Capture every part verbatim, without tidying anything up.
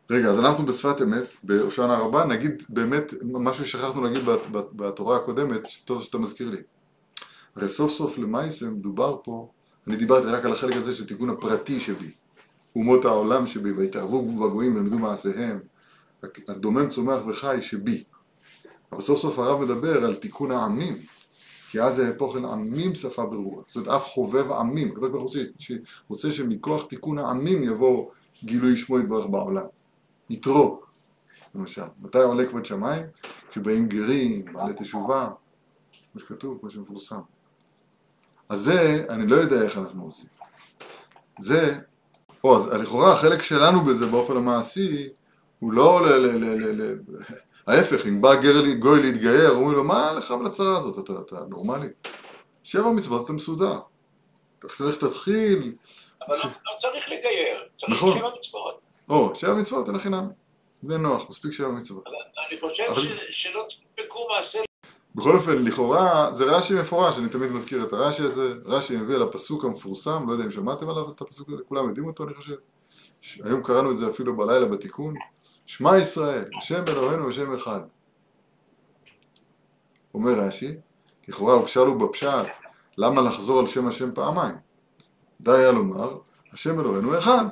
רגע, אז אנחנו בשפת אמת, בהושענא רבה, נגיד באמת משהו ששכחנו להגיד בתורה הקודמת, טוב שאתה מזכיר לי. הרי סוף סוף למעשה מדובר פה, אני דיברתי רק על החלק הזה של תיקון הפרטי שבי, אומות העולם שבי, והתערבו בגויים ולמדו מעשיהם, הדומם צומח וחי שבי. אבל סוף סוף הרב מדבר על תיקון העמים, כי אז זה הפוך אל עמים שפה ברורה. זאת אומרת, אף חובב עמים, הקדוש ברוך הוא רוצה שמכוח תיקון העמים יבוא גילוי שמו יתברך בעולם. יתרו, למשל. מתי עולה כבוד שמיים? כשבאים גרים, בעלי תשובה, כמו שכתוב, כמו שמפורסם. אז זה, אני לא יודע איך אנחנו עושים. זה, או, אז לכאורה החלק שלנו בזה באופן המעשי, הוא לא ל... ל, ל, ל, ל ההפך, אם בא גר גוי להתגייר, אומרים לו, מה לך לצרה הזאת? אתה, אתה נורמלי. שבע מצוות אתה מסודר. אתה צריך תתחיל... אבל ש... לא, לא צריך לגייר, צריך נכון. שבע מצוות. או, שבע מצוות, אין חינם. זה נוח, מספיק שבע מצוות. אני חושב אבל... ש... שלא תפקו מעשה... בכל אופן, לכאורה, זה רש"י מפורש, אני תמיד מזכיר את הרש"י הזה, רש"י מביא על הפסוק המפורסם, לא יודע אם שמעתם עליו את הפסוק הזה, כולם יודעים אותו, אני חושב. היום קראנו את זה אפילו בלילה בתיקון. שמע ישראל, השם אלוהינו השם אחד. אומר רש"י, לכאורה הוא כשאלו בפשט, למה לחזור על שם השם פעמיים? די היה לומר, השם אלוהינו אחד.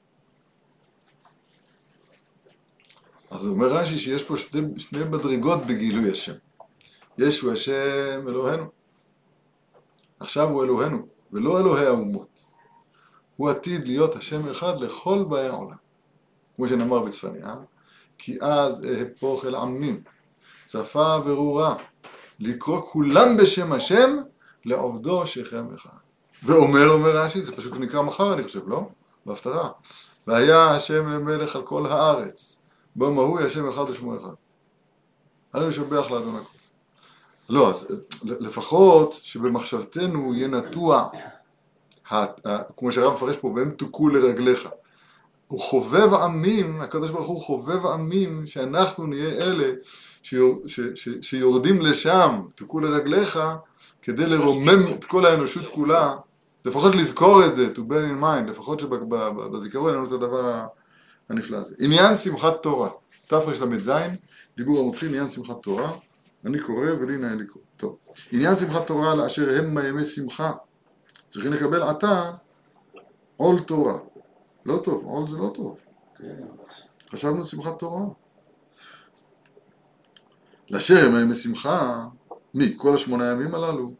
אז הוא אומר רש"י שיש פה שני, שני מדרגות בגילוי השם. יש הוא השם אלוהינו. עכשיו הוא אלוהינו, ולא אלוהי האומות. הוא עתיד להיות השם אחד לכל באי העולם. כמו שנאמר בצפניה, כי אז אהפוך אל עמים, שפה ברורה, לקרוא כולם בשם השם, לעובדו שכם אחד. ואומר, אומר רש"י, זה פשוט נקרא מחר אני חושב, לא? בהפטרה. והיה השם למלך על כל הארץ, בו מהו השם אחד ושמו אחד. אני משבח לאדון הכל. לא, אז לפחות שבמחשבתנו יהיה נטוע, כמו שהרב מפרש פה, והם תוקו לרגליך. הוא חובב עמים, הקדוש ברוך הוא חובב עמים, שאנחנו נהיה אלה שיור, ש, ש, שיורדים לשם, תוקו לרגליך, כדי לרומם את כל האנושות כולה, לפחות לזכור את זה, to bear in mind, לפחות שבזיכרון אין לנו את הדבר הנפלא הזה. עניין שמחת תורה, תרל"ז, דיבור המתחיל, עניין שמחת תורה, אני קורא ולי נאה לקרוא. טוב, עניין שמחת תורה לאשר הם מימי שמחה, צריכים לקבל עתה עול תורה. לא טוב, עול זה לא טוב. חשבנו שמחת תורה. לאשר הם מימי שמחה, מי? כל השמונה ימים הללו.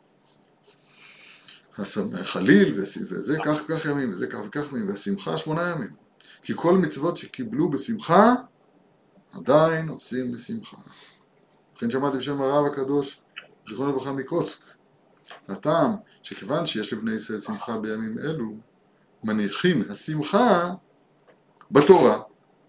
חליל וזה כך וכך ימים, וזה כך וכך ימים, והשמחה שמונה ימים. כי כל מצוות שקיבלו בשמחה, עדיין עושים בשמחה. לכן שמעתי בשם הרב הקדוש, זיכרונו לברכה מקוצק. הטעם שכיוון שיש לבני ישראל שמחה בימים אלו, מניחים השמחה בתורה.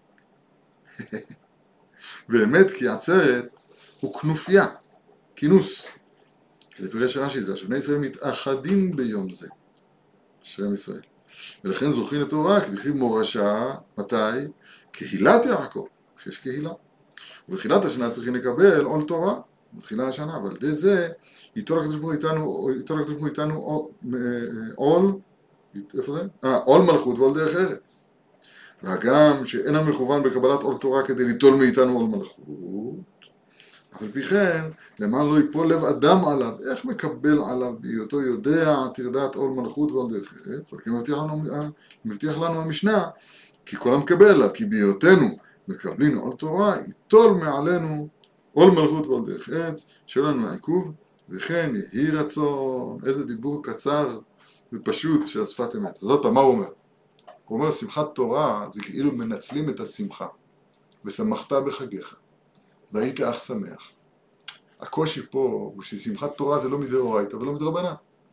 באמת כי עצרת הוא כנופיה, כינוס. כדי פירש רש"י זה, שבני ישראל מתאחדים ביום זה, אשרי עם ישראל. ולכן זוכים לתורה, כדכתיב מורשה, מתי? קהילת יעקב, כשיש קהילה. ובתחילת השנה צריכים לקבל עול תורה, בתחילה השנה, אבל די זה, ייטול הקדוש ברוך הוא איתנו, ייטול הקדוש ברוך הוא איתנו עול, איפה זה? אה, עול מלכות ועול דרך ארץ. והגם שאין המכוון בקבלת עול תורה כדי ליטול מאיתנו עול מלכות, אבל פי כן, למען לא ייפול לב אדם עליו, איך מקבל עליו בהיותו יודע תרדת עול מלכות ועול דרך ארץ, כי מבטיח לנו, מבטיח לנו המשנה, כי כל המקבל עליו, כי בהיותנו מקבלים עול תורה, ייטול מעלינו עול מלכות ועול דרך ארץ, שלא לנו העיכוב, וכן יהי רצון, איזה דיבור קצר ופשוט של שפת אמת. זאת מה הוא אומר? הוא אומר, שמחת תורה זה כאילו מנצלים את השמחה, ושמחת בחגיך, והיית אך שמח. הקושי פה הוא ששמחת תורה זה לא מדאורייתא ולא מדרבנן.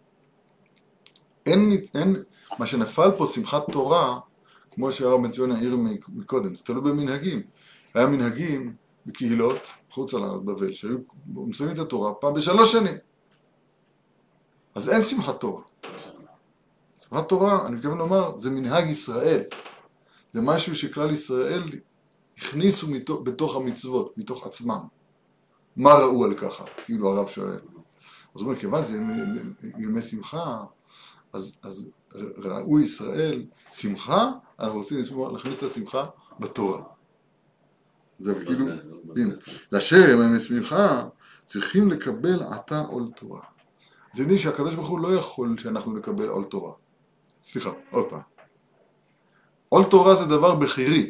אין, אין, מה שנפל פה שמחת תורה, כמו שהרב בן ציון העיר מקודם, זה תלוי במנהגים. היה מנהגים בקהילות, חוץ על הארץ בבל, שהיו מסיימים את התורה פעם בשלוש שנים. אז אין שמחת תורה. שמחת תורה, אני מתכוון לומר, זה מנהג ישראל. זה משהו שכלל ישראל הכניסו מתוך, בתוך המצוות, מתוך עצמם. מה ראו על ככה? כאילו הרב שואל. אז הוא אומר, כיוון זה ימי שמחה, אז, אז ראו ישראל שמחה אנחנו רוצים להכניס את השמחה בתורה. זה כאילו, הנה, לאשר הם השמחה, צריכים לקבל עתה עול תורה. זה יודעים שהקדוש ברוך הוא לא יכול שאנחנו נקבל עול תורה. סליחה, עוד פעם. עול תורה זה דבר בחירי.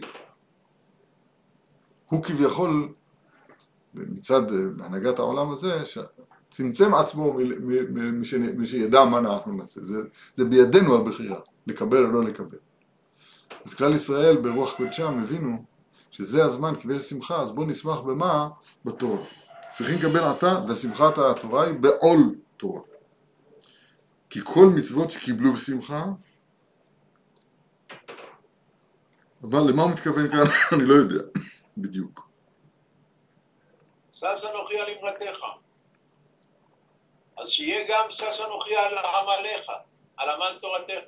הוא כביכול, מצד הנהגת העולם הזה, צמצם עצמו מי שידע מה אנחנו נעשה. זה, זה בידינו הבחירה, לקבל או לא לקבל. אז כלל ישראל ברוח קודשם הבינו שזה הזמן קיבל שמחה, אז בואו נשמח במה? בתורה. צריכים לקבל עתה, ושמחת התורה היא בעול תורה. כי כל מצוות שקיבלו בשמחה, אבל למה הוא מתכוון כאן? אני לא יודע, בדיוק. שש אנוכי על אמרתך. אז שיהיה גם שש אנוכי על עמלך, על עמל תורתך.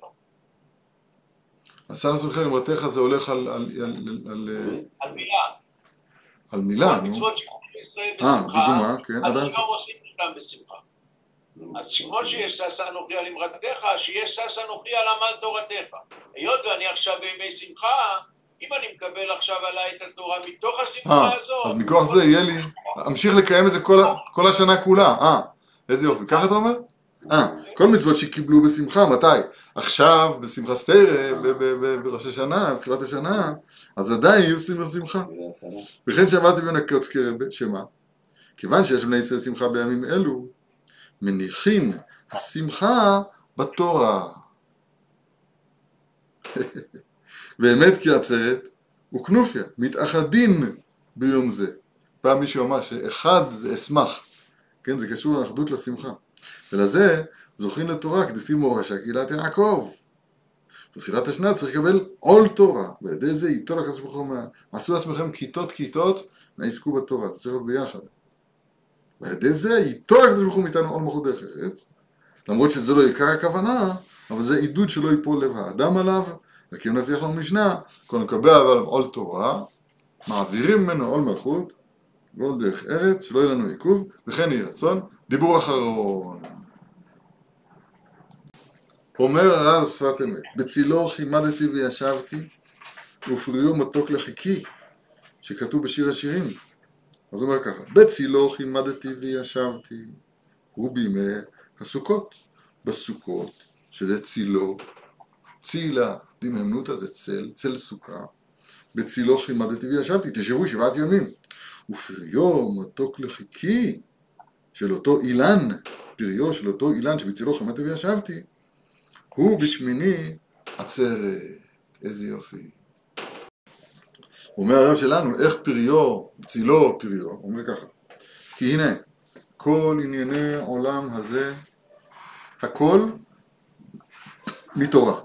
אז שש אנוכי על אמרתך זה הולך על... על, על, על, על מילה. על מילה, כל נו. מצוות שקיבלו ישראל אה, בשמחה, בדוגמה, כן. אז עדיין... לא עושים אותם בשמחה. אז כמו שיש שש אנוכי על אמרתך, שיש שש אנוכי על עמל תורתך. היות ואני עכשיו בימי שמחה, אם אני מקבל עכשיו עליי את התורה מתוך השמחה אה, הזאת... אז מכוח זה יהיה לי... אמשיך לקיים את זה כל, כל השנה כולה. אה, איזה יופי. ככה אתה אומר? אה, כל מצוות שקיבלו בשמחה, מתי? עכשיו, בשמחה סתירה, בראש השנה, בתחילת השנה, אז עדיין יהיו בשמחה. וכן שמעתי בין הקוצקי רבי, שמה? כיוון שיש בני ישראל שמחה בימים אלו, מניחים השמחה בתורה. באמת כי עצרת וכנופיה מתאחדים ביום זה. פעם מישהו אמר שאחד זה אשמח, כן, זה קשור לאחדות לשמחה. ולזה זוכים לתורה כדפי מורשה קהילת יעקב. בתחילת השנה צריך לקבל עול תורה, ועל ידי זה ייטול הקדוש ברוך הוא, עשו לעצמכם כיתות כיתות, נעסקו בתורה, זה צריך להיות ביחד. ועל ידי זה ייטול הקדוש ברוך הוא מאיתנו עול מלכות דרך ארץ, למרות שזה לא עיקר הכוונה, אבל זה עידוד שלא ייפול לב האדם עליו, וכי אם נצליח לנו משנה, כל נקבל אבל עול תורה, מעבירים ממנו עול מלכות, ועול דרך ארץ, שלא יהיה לנו עיכוב, וכן יהיה רצון. דיבור אחרון. אומר הרב שפת אמת, בצילו כימדתי וישבתי, ופריו מתוק לחיקי, שכתוב בשיר השירים. אז הוא אומר ככה, בצילו כימדתי וישבתי, הוא בימי הסוכות. בסוכות, שזה צילו, צילה, דמהמנותא זה צל, צל סוכה. בצילו כימדתי וישבתי, תשבו שבעת ימים. ופריו מתוק לחיקי, של אותו אילן, פריו של אותו אילן שבצילו כימדתי וישבתי, הוא בשמיני עצרת. איזה יופי. הוא אומר הרב שלנו, איך פריו, צילו פריו, הוא אומר ככה, כי הנה, כל ענייני עולם הזה, הכל מתורה.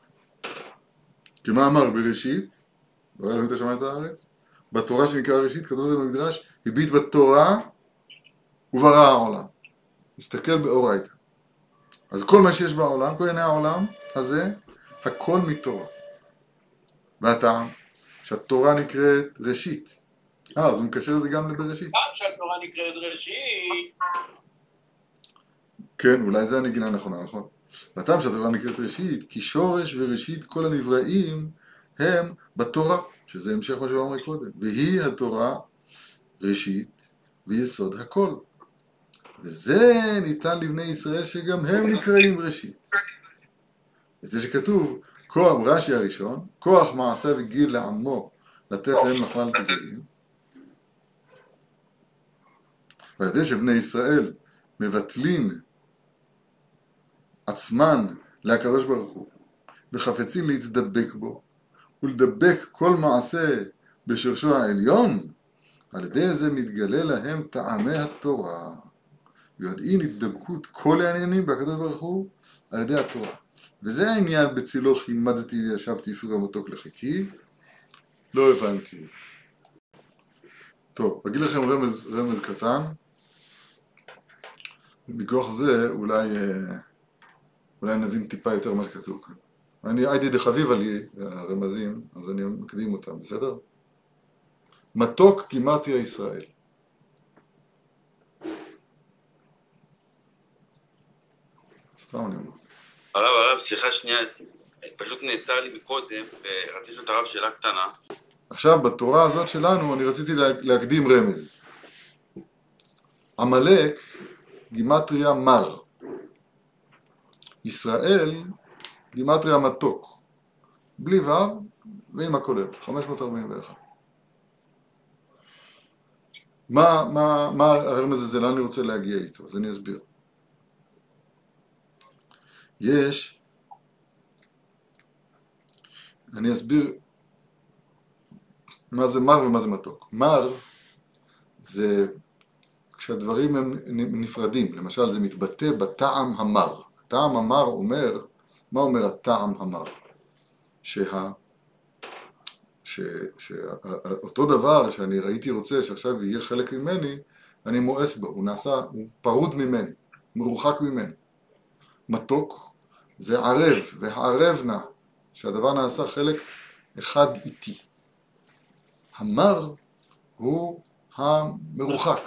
כי מה אמר בראשית, לא היה לנו את השמיים את הארץ, בתורה שנקרא ראשית, כתוב זה במדרש, הביט בתורה וברא העולם. הסתכל באורייתא. אז כל מה שיש בעולם, כל ענייני העולם הזה, הכל מתורה. והטעם, שהתורה נקראת ראשית. אה, אז הוא מקשר את זה גם לבראשית. גם שהתורה נקראת ראשית. כן, אולי זה הנגינה הנכונה, נכון? והטעם שהתורה נקראת ראשית, כי שורש וראשית כל הנבראים הם בתורה, שזה המשך מה שהוא אמר קודם. והיא התורה ראשית ויסוד הכל. וזה ניתן לבני ישראל שגם הם נקראים ראשית. וזה שכתוב, כוח רש"י הראשון, כוח מעשה וגיל לעמו, לתת להם נחל גדולים. ועל ידי שבני ישראל מבטלים עצמן להקדוש ברוך הוא, וחפצים להתדבק בו, ולדבק כל מעשה בשרשו העליון, על ידי זה מתגלה להם טעמי התורה. ויודעים התדבקות כל העניינים בהקדוש ברוך הוא על ידי התורה. וזה העניין בצילו כימדתי וישבתי פריו מתוק לחיקי. לא הבנתי. טוב, אגיד לכם רמז, רמז קטן. ומכוח זה אולי, אולי נבין טיפה יותר מה שכתוב כאן. אני הייתי דחביב עלי הרמזים, אז אני מקדים אותם, בסדר? מתוק כימדתי ישראל. סתם אני אומר. הרב, הרב, סליחה שנייה. פשוט נעצר לי מקודם, ורציתי לשאול את הרב שאלה קטנה. עכשיו, בתורה הזאת שלנו, אני רציתי להקדים רמז. עמלק, גימטריה מר. ישראל, גימטריה מתוק. בלי ו' ועם הכולל, חמש מאות ארבעים ואחת. מה, מה, מה הרמז הזה, לאן אני רוצה להגיע איתו? אז אני אסביר. יש, אני אסביר מה זה מר ומה זה מתוק. מר זה כשהדברים הם נפרדים, למשל זה מתבטא בטעם המר. הטעם המר אומר, מה אומר הטעם המר? שה, ש, שאותו דבר שאני ראיתי רוצה שעכשיו יהיה חלק ממני, אני מואס בו, הוא נעשה, הוא פרוד ממני, מרוחק ממני. מתוק זה ערב, והערב נע, שהדבר נעשה חלק אחד איתי. המר הוא המרוחק.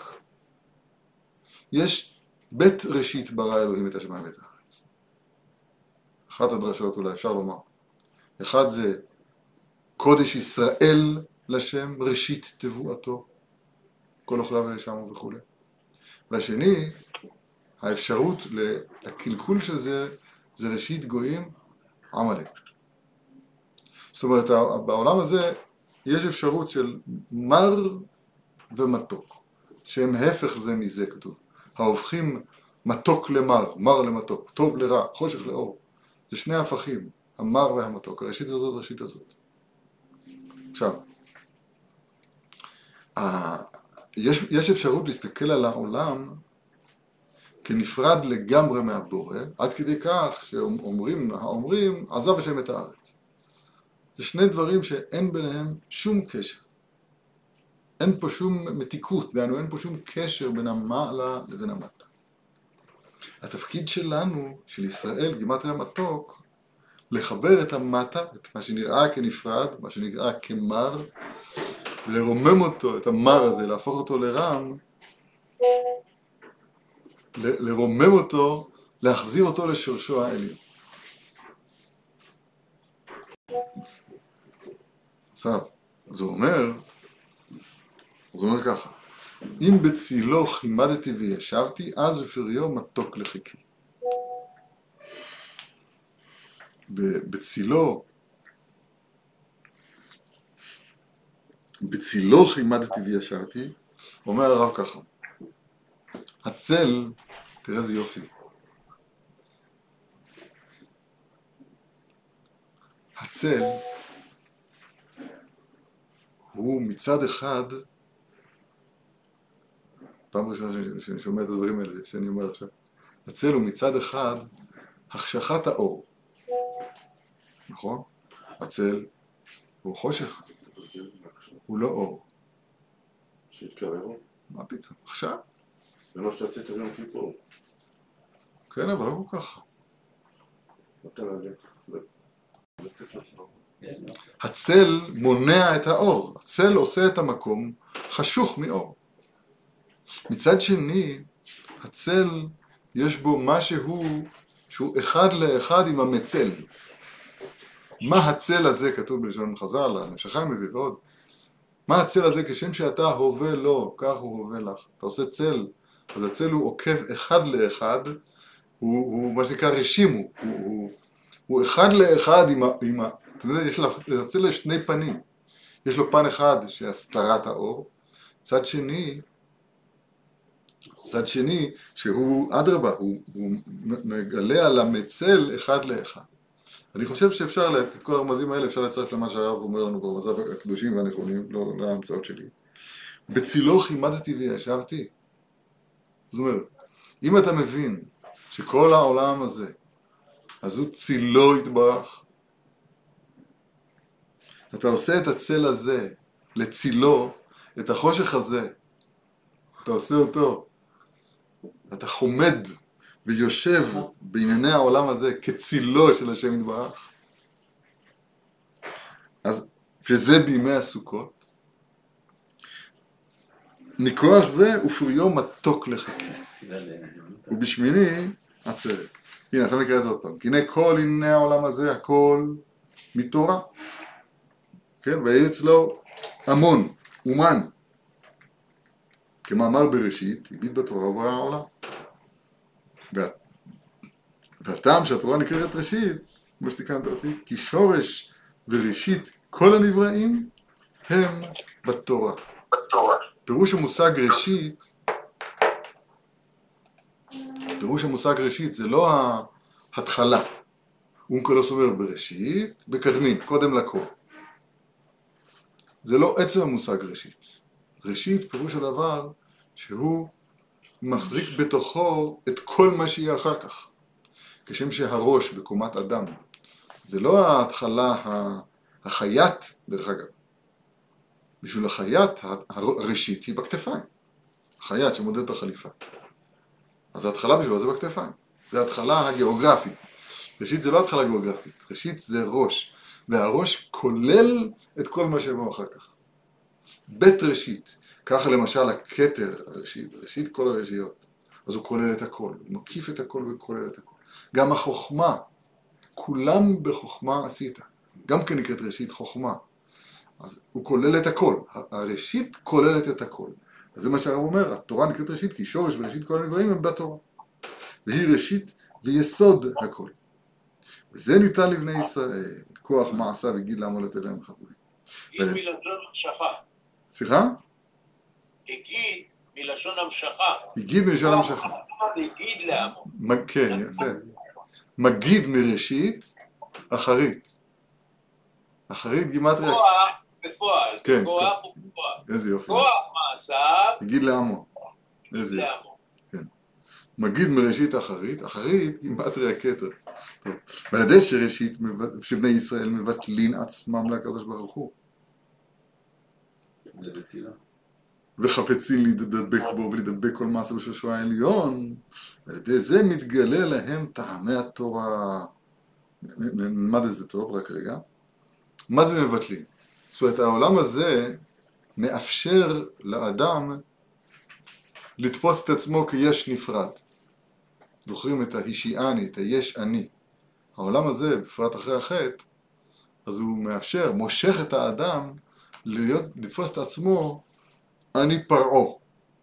יש בית ראשית ברא אלוהים את השמיים ואת הארץ. אחת הדרשות אולי אפשר לומר. אחד זה קודש ישראל לשם, ראשית תבואתו, כל אוכליו לשם וכו'. והשני, האפשרות לקלקול של זה, זה ראשית גויים עמלק. זאת אומרת, בעולם הזה יש אפשרות של מר ומתוק, שהם הפך זה מזה כתוב. ההופכים מתוק למר, מר למתוק, טוב לרע, חושך לאור. זה שני הפכים, המר והמתוק, הראשית הזאת, הראשית הזאת. עכשיו, יש, יש אפשרות להסתכל על העולם כנפרד לגמרי מהבורא, עד כדי כך שאומרים, האומרים, עזב השם את הארץ. זה שני דברים שאין ביניהם שום קשר. אין פה שום מתיקות, דהיינו, אין פה שום קשר בין המעלה לבין המטה. התפקיד שלנו, של ישראל, גימטריה מתוק, לחבר את המטה, את מה שנראה כנפרד, מה שנראה כמר, ולרומם אותו, את המר הזה, להפוך אותו לרם, ל- לרומם אותו, להחזיר אותו לשורשו העליון. עכשיו, זה אומר, זה אומר ככה, אם בצילו חימדתי וישבתי, אז בפריו מתוק לחיכי. בצילו, בצילו חימדתי וישבתי, אומר הרב ככה, הצל, תראה איזה יופי, הצל הוא מצד אחד, פעם ראשונה שאני שומע את הדברים האלה, שאני אומר עכשיו, הצל הוא מצד אחד החשכת האור, נכון? הצל הוא חושך, הוא לא אור. שהתקררו? מה פתאום? עכשיו? זה מה שעשית ביום כיפור. כן, אבל לא כל כך. הצל מונע את האור, הצל עושה את המקום חשוך מאור. מצד שני, הצל יש בו משהו שהוא אחד לאחד עם המצל. מה הצל הזה, כתוב בלשון חז"ל, הנפש החיים מביא עוד, מה הצל הזה? כשם שאתה הווה לו, כך הוא הווה לך. אתה עושה צל, אז הצל הוא עוקב אחד לאחד, הוא, הוא מה שנקרא רשימו, הוא, הוא, הוא אחד לאחד עם ה... עם ה אתה יודע, יש לצל שני פנים. יש לו פן אחד שהסתרת האור, צד שני, צד שני שהוא אדרבה, הוא, הוא מגלה על המצל אחד לאחד. אני חושב שאפשר, את כל הרמזים האלה אפשר לצרף למה שהרב אומר לנו ברמזיו הקדושים והנכונים, לא להמצאות שלי. בצילו חימדתי וישבתי. זאת אומרת, אם אתה מבין שכל העולם הזה, אז הוא צילו יתברך, אתה עושה את הצל הזה לצילו, את החושך הזה, אתה עושה אותו, אתה חומד ויושב בענייני העולם הזה כצילו של השם יתברך, אז שזה בימי הסוכות, מכוח זה ופריו מתוק לחכי, ובשמיני עצרת. הנה, עכשיו נקרא את זה עוד פעם. כי הנה כל ענייני העולם הזה, הכל מתורה. כן, ויהיה אצלו המון, אומן. כמאמר בראשית, הביט בתורה וברא העולם. וה... והטעם שהתורה נקראת ראשית, כמו שתיקנת אותי, כי שורש וראשית כל הנבראים הם בתורה. בתורה. פירוש המושג ראשית, פירוש המושג ראשית זה לא ההתחלה. אונקלוס אומר בראשית, בקדמין, קודם לכל. זה לא עצם המושג ראשית. ראשית פירוש הדבר שהוא מחזיק בתוכו את כל מה שיהיה אחר כך. כשם שהראש בקומת אדם. זה לא ההתחלה החיית, דרך אגב. בשביל החיית הראשית היא בכתפיים. החיית שמודד את החליפה. אז ההתחלה בשבילו זה בכתפיים. זה ההתחלה הגיאוגרפית. ראשית זה לא התחלה גיאוגרפית. ראשית זה ראש. והראש כולל את כל מה שבוא אחר כך. בית ראשית. ככה למשל הכתר הראשית. ראשית כל הראשיות. אז הוא כולל את הכל. הוא מקיף את הכל וכולל את הכל. גם החוכמה. כולם בחוכמה עשית. גם כן נקראת ראשית חוכמה. אז הוא כולל את הכל. הראשית כוללת את הכל. אז זה מה שהרב אומר, התורה נקראת ראשית, כי שורש וראשית כל הנבראים הם בתורה. והיא ראשית ויסוד הכל. וזה ניתן לבני ישראל, כוח מעשה וגיד לעמו לתלם חבורים. הגיד מלשון המשכה. סליחה? הגיד מלשון המשכה. הגיד מלשון המשכה. הגיד לעמו. כן, יפה. מגיד מראשית, אחרית. אחרית גימטריה. כוח בפועל. כן. כוח בפועל. איזה יופי. כוח מעשה. הגיד לעמו. איזה יופי. כן. מגיד מראשית אחרית, אחרית גימטריה כתר. ועל ידי שראשית, שבני ישראל מבטלין עצמם לקדוש ברוך הוא. זה בצילה. וחפצים להידבק בו ולהידבק כל מעשה בשושו העליון, ועל ידי זה מתגלה להם טעמי התורה. נלמד את זה טוב, רק רגע. מה זה מבטלים? זאת אומרת, העולם הזה מאפשר לאדם לתפוס את עצמו כיש נפרד. זוכרים את ההישיעני, את היש אני. העולם הזה, בפרט אחרי החטא, אז הוא מאפשר, מושך את האדם להיות, לתפוס את עצמו אני פרעו.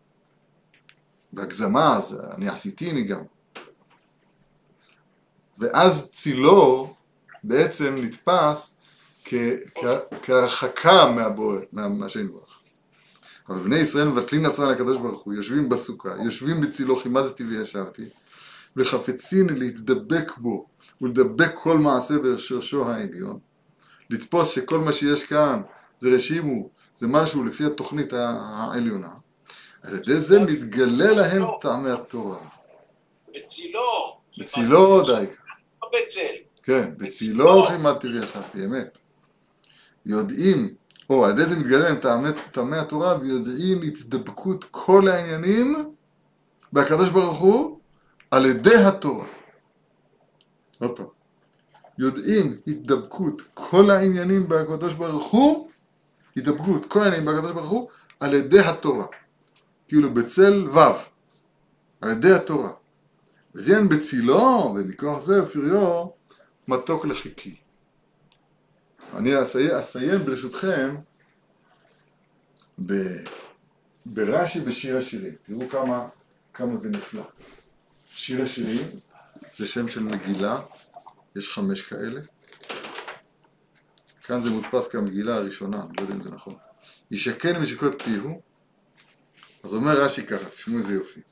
בהגזמה, אז אני עשיתיני גם. ואז צילו בעצם נתפס כהרחקה מהבורא, מהשם יתברך. אבל בני ישראל מבטלים עצמם לקדוש ברוך הוא, יושבים בסוכה, יושבים בצילו, כימדתי וישבתי, וחפצין להתדבק בו, ולדבק כל מעשה בשורשו העליון, לתפוס שכל מה שיש כאן זה רשימו, זה משהו לפי התוכנית העליונה, על ידי זה מתגלה להם טעמי התורה. בצילו. בצילו די. בצל. כן, בצילו כימדתי וישבתי, אמת. יודעים, או על ידי זה מתגלה להם טעמי התורה, ויודעים התדבקות כל העניינים בהקדוש ברוך הוא על ידי התורה. עוד פעם. יודעים התדבקות כל העניינים בהקדוש ברוך הוא, התדבקות כל העניינים בהקדוש ברוך הוא על ידי התורה. כאילו בצל ו' על ידי התורה. וזיין בצילו, ומכוח זה פריו, מתוק לחיקי. אני אסיים, אסיים ברשותכם ב, ברש"י בשיר השירים. תראו כמה, כמה זה נפלא. שיר השירים זה שם של מגילה, יש חמש כאלה. כאן זה מודפס כמגילה הראשונה, אני לא יודע אם זה נכון. ישכן עם משיקות פיהו, אז אומר רש"י ככה, תשמעו איזה יופי.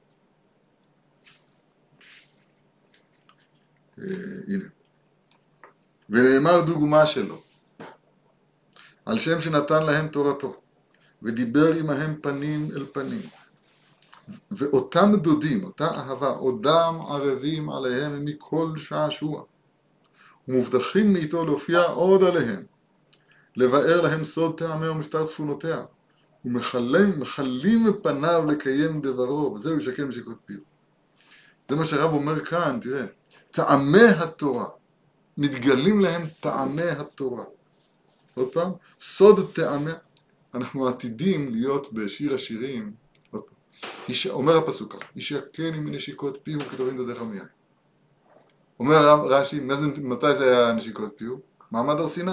אה, הנה. ונאמר דוגמה שלו, על שם שנתן להם תורתו, ודיבר עמהם פנים אל פנים. ואותם דודים, אותה אהבה, עודם ערבים עליהם מכל שעשוע, ומובטחים מאיתו להופיע עוד עליהם, לבאר להם סוד טעמי ומסתר צפונותיה, ומחלים מחלים פניו לקיים דברו, וזהו ישכן משיקות פיו. זה מה שהרב אומר כאן, תראה, טעמי התורה, מתגלים להם טעמי התורה. עוד פעם, סוד טעמי, אנחנו עתידים להיות בשיר השירים, עוד פעם, אומר הפסוק, ישכן עם נשיקות פיהו כתובים דודיך מיין. אומר רש"י, מתי זה היה נשיקות פיו? מעמד הר סיני.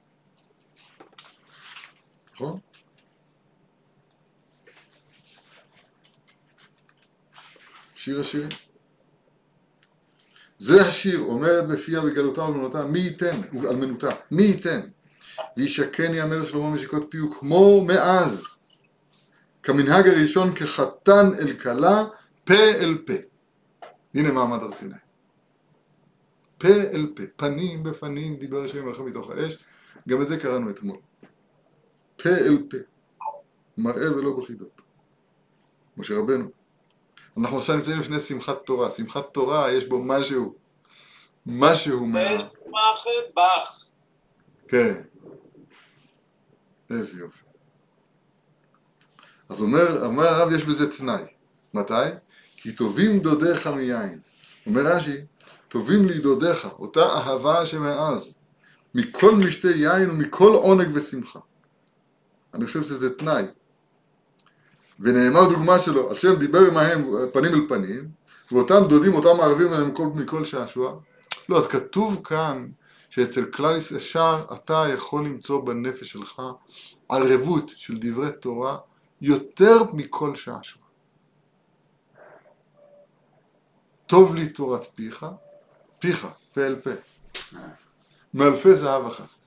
נכון? שיר השירים. זה השיר, אומרת בפיה בגלותה ולמנותה, מי ייתן, ובאלמנותה, מי ייתן, וישקני המלך שלמה משיקות פיו כמו מאז, כמנהג הראשון כחתן אל כלה, פה אל פה. הנה מעמד הר סיני. פה אל פה, פנים בפנים, דיבר השם עליכם מתוך האש, גם את זה קראנו אתמול. פה אל פה, מראה ולא בחידות. משה רבנו. אנחנו עכשיו נמצאים לפני שמחת תורה. שמחת תורה יש בו משהו, משהו מה... בח. כן. איזה יופי. אז אומר, אומר הרב, יש בזה תנאי. מתי? כי טובים דודיך מיין. אומר רש"י, טובים לי דודיך, אותה אהבה שמאז, מכל משתה יין ומכל עונג ושמחה. אני חושב שזה תנאי. ונאמר דוגמה שלו, השם דיבר עמהם פנים אל פנים, ואותם דודים, אותם ערבים עליהם מכל, מכל שעשוע. לא, אז כתוב כאן שאצל כלל אפשר, אתה יכול למצוא בנפש שלך ערבות של דברי תורה יותר מכל שעשוע. טוב לי תורת פיך, פיך, פה אל פה, מאלפי זהב החסד.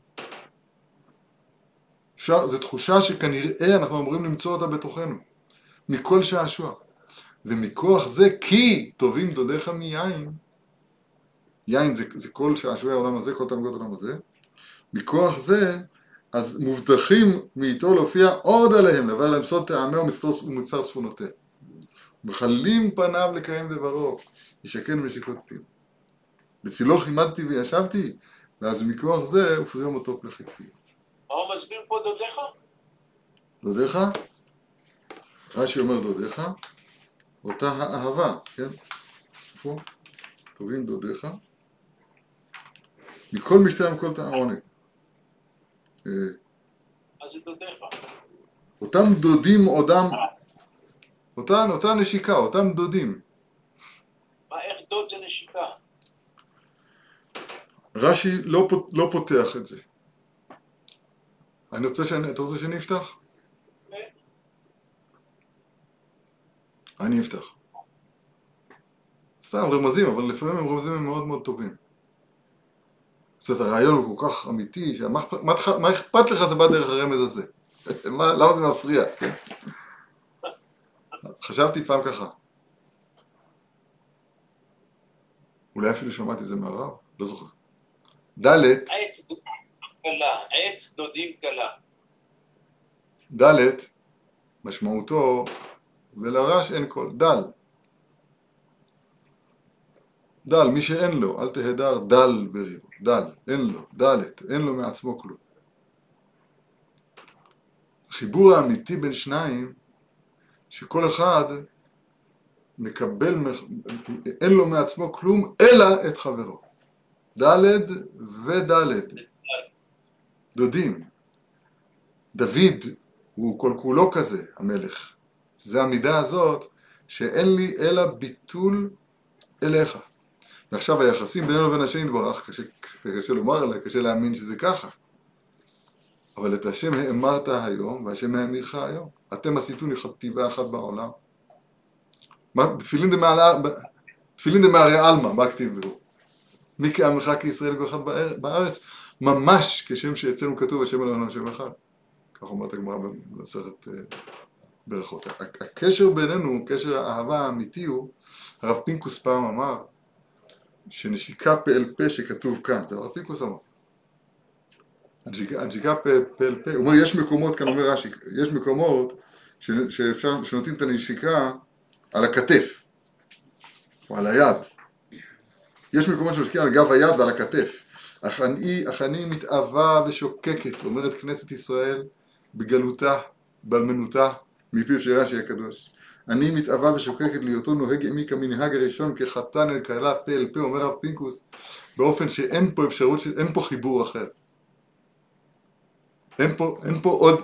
אפשר, זו תחושה שכנראה אנחנו אמורים למצוא אותה בתוכנו, מכל שעשוע. ומכוח זה, כי טובים דודיך מיין, יין זה, זה כל שעשועי העולם הזה, כל תענוגות העולם הזה, מכוח זה, אז מובטחים מאיתו להופיע עוד עליהם, לבוא להם סוד טעמי ומוצר צפונותיה. מחלים פניו לקיים דברו, ישכן משיקות פיו. בצילו חימדתי וישבתי, ואז מכוח זה ופריום אותו פלחיקי. מה הוא מסביר פה דודיך? דודיך? רש"י אומר דודיך, אותה האהבה, כן? איפה? טובים דודיך. מכל משתה מכל העונג. אז זה דודיך. אותם דודים עודם, אותה, אותה נשיקה, אותם דודים. מה, איך דוד זה נשיקה? רש"י לא, לא פותח את זה. אני רוצה שאני, אתה רוצה שאני אפתח? כן. אני אפתח. סתם רמזים, אבל לפעמים הם רמזים הם מאוד מאוד טובים. זאת אומרת, הרעיון הוא כל כך אמיתי, שמה, מה, מה אכפת לך זה בא דרך הרמז הזה? מה, למה זה מפריע? כן? חשבתי פעם ככה. אולי אפילו שמעתי את זה מהרב, לא זוכר. דלת, עץ דודים קלה, עץ דודים קלה. דלת, משמעותו, ולרש אין כל, דל. דל, מי שאין לו, אל תהדר דל בריבו, דל, אין לו, דלת, אין לו מעצמו כלום. החיבור האמיתי בין שניים, שכל אחד מקבל, אין לו מעצמו כלום, אלא את חברו. דלת ודלת. דודים. דוד הוא כל כולו כזה, המלך. זה המידה הזאת, שאין לי אלא ביטול אליך. ועכשיו היחסים בינינו ובין השם יתברך, קשה, קשה לומר עליי, קשה להאמין שזה ככה. אבל את השם האמרת היום, והשם האמירך היום. אתם עשיתוני חטיבה אחת בעולם. תפילין דמערי עלמא, מה כתיב בו? מי כעמך כישראל כל אחד בארץ? ממש כשם שאצלנו כתוב השם אלוהינו השם אחד. כך אומרת הגמרא במסכת ברכות. הקשר בינינו, קשר האהבה האמיתי הוא, הרב פינקוס פעם אמר, שנשיקה פה אל פה שכתוב כאן, זה הרב פינקוס אמר. הנשיקה פה אל פה, הוא אומר, יש מקומות, כאן אומר רש"י, יש מקומות שאפשר, שנותנים את הנשיקה על הכתף, או על היד. יש מקומות שנשיקה על גב היד ועל הכתף. אך אני, אך אני מתאווה ושוקקת, אומרת כנסת ישראל, בגלותה, באלמנותה, מפיו של רש"י הקדוש. אני מתאווה ושוקקת להיותו נוהג עמי כמנהג הראשון, כחתן אל כלה, פה אל פה, אומר הרב פינקוס, באופן שאין פה אפשרות, אין פה חיבור אחר. אין פה, אין פה עוד,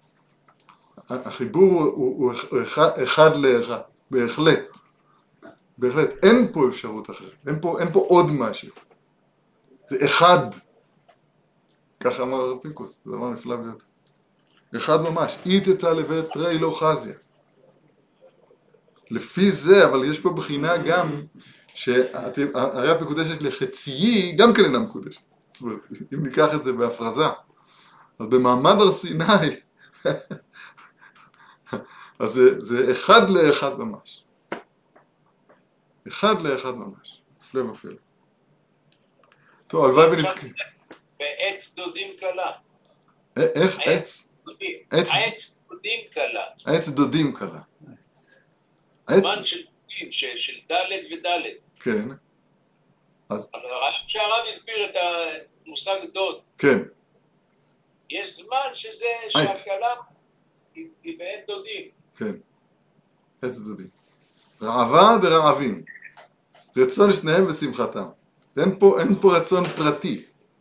החיבור הוא, הוא, הוא אחד, אחד לאחד, בהחלט. בהחלט, אין פה אפשרות אחרת, אין פה, אין פה עוד משהו. זה אחד. ככה אמר הרב פינקוס, זה דבר נפלא ביותר. אחד ממש, איתתא לבית תרי לא חזיה. לפי זה, אבל יש פה בחינה גם, שהרי את מקודשת לחציי, גם כן אינה מקודשת. זאת אומרת, אם ניקח את זה בהפרזה, אז במעמד הר סיני, אז זה, זה אחד לאחד ממש. אחד לאחד ממש. הפלא ופלא. טוב, הלוואי ונזכיר. בעץ דודים קלה. איך? עץ? עץ דודים קלה. עץ דודים קלה. זמן של דודים, של ד' וד'. כן. אז כשהרב הסביר את המושג דוד. כן. יש זמן שזה, שהקלה היא בעץ דודים. כן. עץ דודים. רעבה ורעבים. רצון שניהם ושמחתם. אין פה, אין פה רצון פרטי.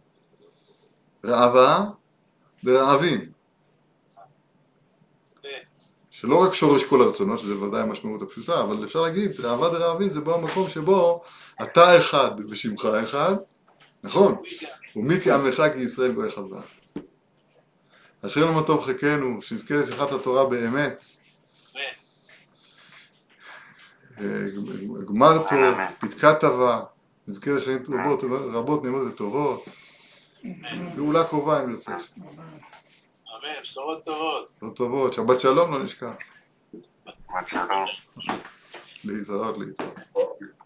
רעבה ורעבים. שלא רק שורש כל הרצונות, שזה ודאי המשמעות הפשוטה, אבל אפשר להגיד, רעבה ורעבים זה בא המקום שבו אתה אחד ושמך אחד, נכון? ומי כעמך כי ישראל גוי אחד בארץ. אשרינו מה טוב חכנו, שנזכה לשמחת התורה באמת. גמר טוב, פתקה טובה, נזכה לשנים רבות, רבות נעימות וטובות. גאולה קרובה אם ירצה. אמן, בשורות טובות. בשורות טובות, שבת שלום לא נשכח. שבת שלום. להתראות, להתראות.